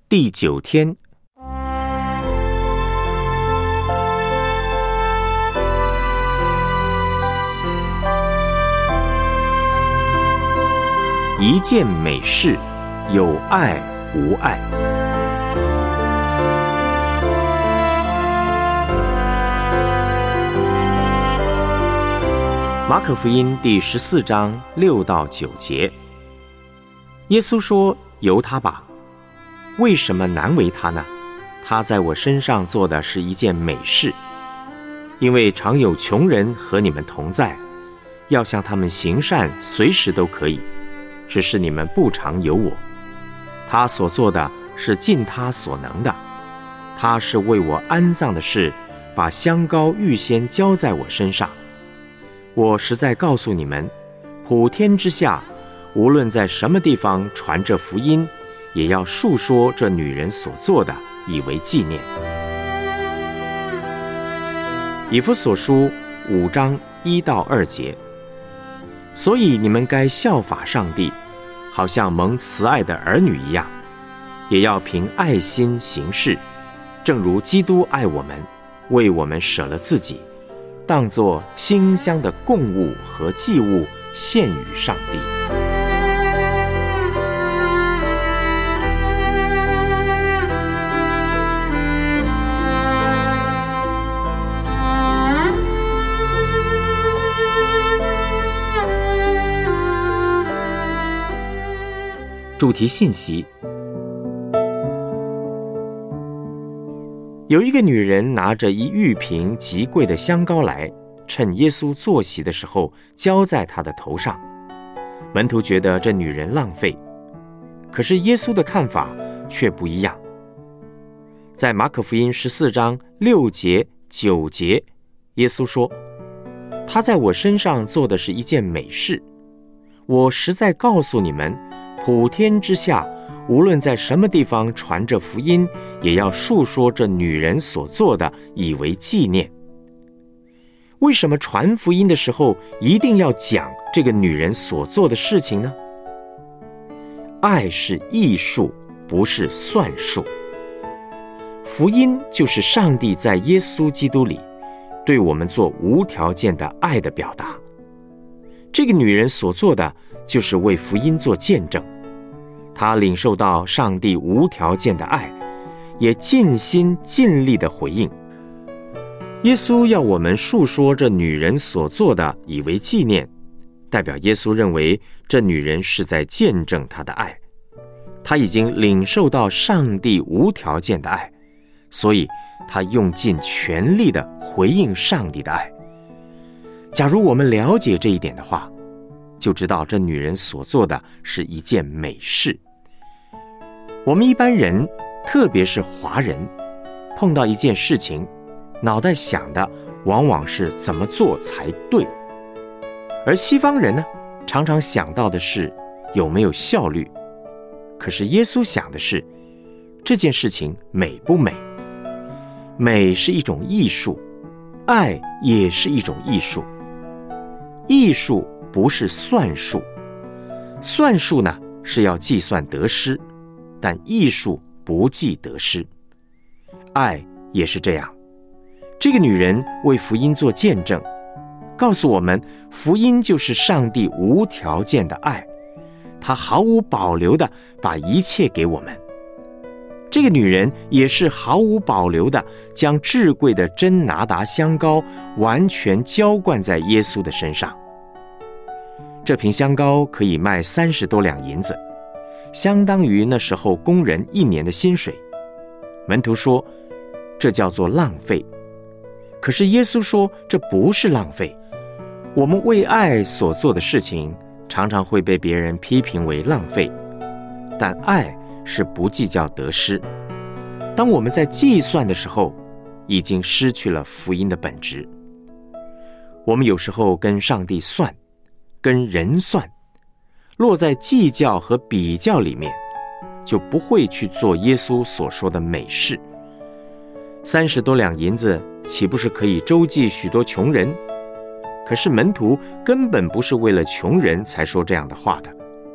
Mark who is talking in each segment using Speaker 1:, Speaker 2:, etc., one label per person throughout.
Speaker 1: 第9天，一件美事，有爱无爱。马可福音第14章6到9节，耶稣说：“由他吧，为什么难为他呢？他在我身上做的是一件美事，因为常有穷人和你们同在，要向他们行善，随时都可以，只是你们不常有我。他所做的是尽他所能的，他是为我安葬的事，把香膏预先浇在我身上。我实在告诉你们，普天之下，无论在什么地方传这福音，也要述说这女人所做的，以为纪念。”以弗所书5章1到2节，所以你们该效法上帝，好像蒙慈爱的儿女一样，也要凭爱心行事，正如基督爱我们，为我们舍了自己，当作馨香的供物和祭物献与上帝。主题信息：有一个女人拿着一玉瓶极贵的香膏来，趁耶稣坐席的时候浇在他的头上。门徒觉得这女人浪费，可是耶稣的看法却不一样。在马可福音14章6节9节，耶稣说：“他在我身上做的是一件美事。我实在告诉你们，普天之下，无论在什么地方传这福音，也要述说这女人所做的，以为纪念。”为什么传福音的时候一定要讲这个女人所做的事情呢？爱是艺术，不是算术。福音就是上帝在耶稣基督里对我们做无条件的爱的表达。这个女人所做的就是为福音做见证，她领受到上帝无条件的爱，也尽心尽力的回应。耶稣要我们述说这女人所做的，以为纪念，代表耶稣认为这女人是在见证他的爱。她已经领受到上帝无条件的爱，所以她用尽全力的回应上帝的爱。假如我们了解这一点的话，就知道这女人所做的是一件美事。我们一般人，特别是华人，碰到一件事情，脑袋想的往往是怎么做才对，而西方人呢，常常想到的是有没有效率。可是耶稣想的是这件事情美不美。美是一种艺术，爱也是一种艺术。艺术不是算术，算术呢是要计算得失，但艺术不计得失。爱也是这样。这个女人为福音做见证，告诉我们福音就是上帝无条件的爱，他毫无保留地把一切给我们。这个女人也是毫无保留地将至贵的真拿达香膏完全浇灌在耶稣的身上。这瓶香膏可以卖30多两银子，相当于那时候工人1年的薪水。门徒说这叫做浪费，可是耶稣说这不是浪费。我们为爱所做的事情常常会被别人批评为浪费，但爱是不计较得失。当我们在计算的时候，已经失去了福音的本质。我们有时候跟上帝算，跟人算，落在计较和比较里面，就不会去做耶稣所说的美事。30多两银子岂不是可以周济许多穷人？可是门徒根本不是为了穷人才说这样的话的。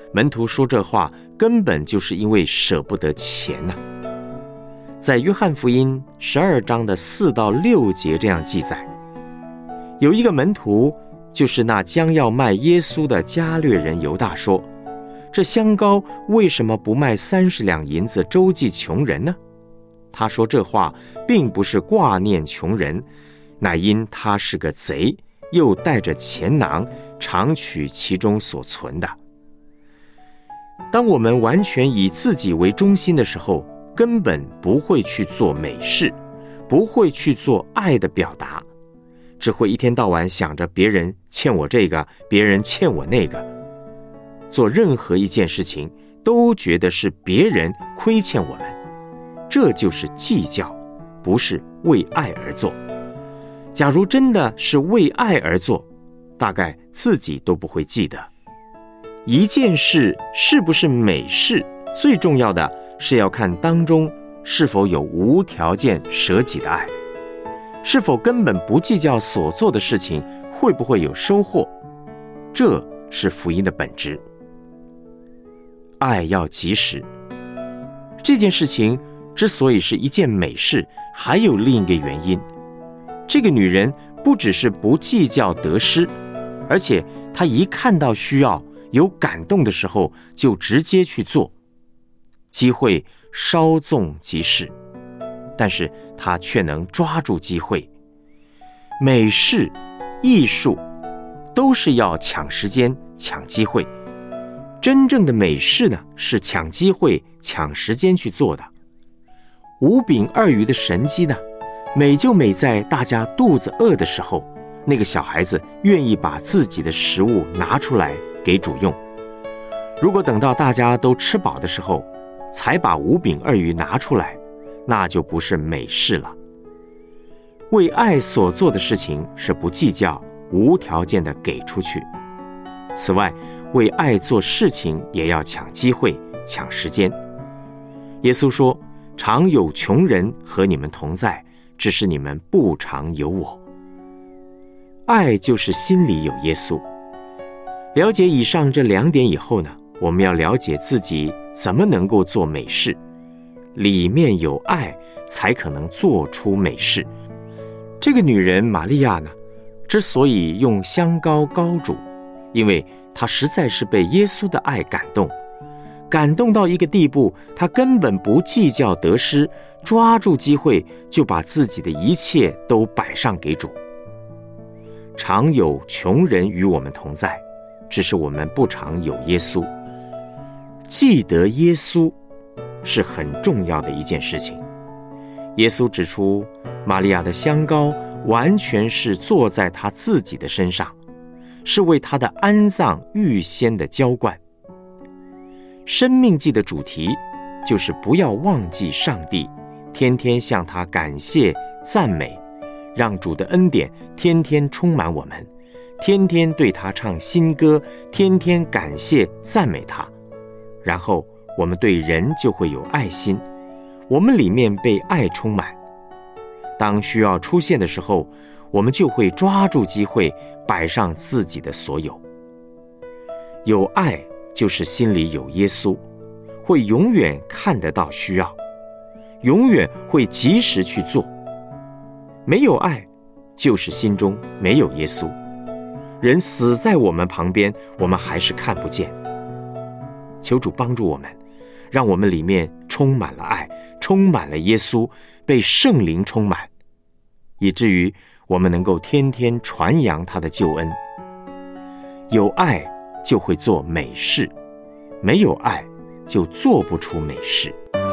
Speaker 1: 门徒说这话根本就是因为舍不得钱呐。在约翰福音12章的4到6节这样记载，有一个门徒，就是那将要卖耶稣的加略人犹大说，这香膏为什么不卖30两银子周济穷人呢？他说这话并不是挂念穷人，乃因他是个贼，又带着钱囊，常取其中所存的。当我们完全以自己为中心的时候，根本不会去做美事，不会去做爱的表达，只会一天到晚想着别人欠我这个，别人欠我那个。做任何一件事情都觉得是别人亏欠我们，这就是计较，不是为爱而做。假如真的是为爱而做，大概自己都不会记得。一件事是不是美事，最重要的是要看当中是否有无条件舍己的爱，是否根本不计较所做的事情会不会有收获，这是福音的本质。爱要及时，这件事情之所以是一件美事，还有另一个原因。这个女人不只是不计较得失，而且她一看到需要有感动的时候就直接去做，机会稍纵即逝，但是她却能抓住机会。美事、艺术都是要抢时间、抢机会，真正的美事呢，是抢机会、抢时间去做的。5饼2鱼的神迹呢，美就美在大家肚子饿的时候，那个小孩子愿意把自己的食物拿出来给主用。如果等到大家都吃饱的时候才把5饼2鱼拿出来，那就不是美事了。为爱所做的事情是不计较、无条件的给出去。此外，为爱做事情也要抢机会、抢时间。耶稣说，常有穷人和你们同在，只是你们不常有我。爱就是心里有耶稣。了解以上这2点以后呢，我们要了解自己怎么能够做美事。里面有爱，才可能做出美事。这个女人玛利亚呢，之所以用香膏膏主，因为她实在是被耶稣的爱感动，感动到一个地步，她根本不计较得失，抓住机会就把自己的一切都摆上给主。常有穷人与我们同在，只是我们不常有耶稣。记得耶稣是很重要的一件事情。耶稣指出，玛利亚的香膏完全是坐在她自己的身上，是为她的安葬预先的浇灌。生命记的主题就是不要忘记上帝，天天向他感谢赞美，让主的恩典天天充满我们，天天对他唱新歌，天天感谢赞美他。然后我们对人就会有爱心，我们里面被爱充满。当需要出现的时候，我们就会抓住机会，摆上自己的所有。有爱就是心里有耶稣，会永远看得到需要，永远会及时去做。没有爱，就是心中没有耶稣，人死在我们旁边，我们还是看不见。求主帮助我们，让我们里面充满了爱，充满了耶稣，被圣灵充满，以至于我们能够天天传扬他的救恩。有爱就会做美事，没有爱就做不出美事。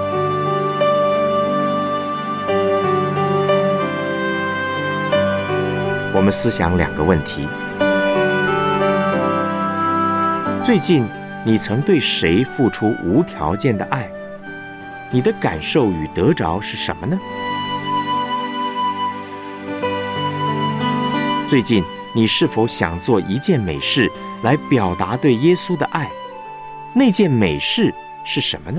Speaker 1: 我们思想2个问题。最近你曾对谁付出无条件的爱？你的感受与得着是什么呢？最近你是否想做一件美事来表达对耶稣的爱？那件美事是什么呢？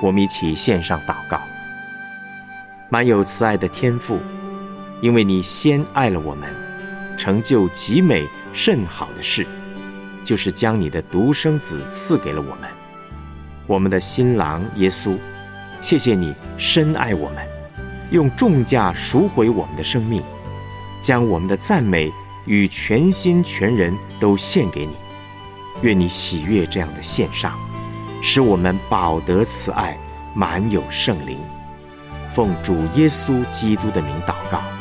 Speaker 1: 我们一起献上祷告。满有慈爱的天父，因为你先爱了我们，成就极美甚好的事，就是将你的独生子赐给了我们，我们的新郎耶稣。谢谢你深爱我们，用重价赎回我们的生命，将我们的赞美与全心全人都献给你。愿你喜悦这样的献上，使我们饱得慈爱，满有圣灵。奉主耶稣基督的名祷告。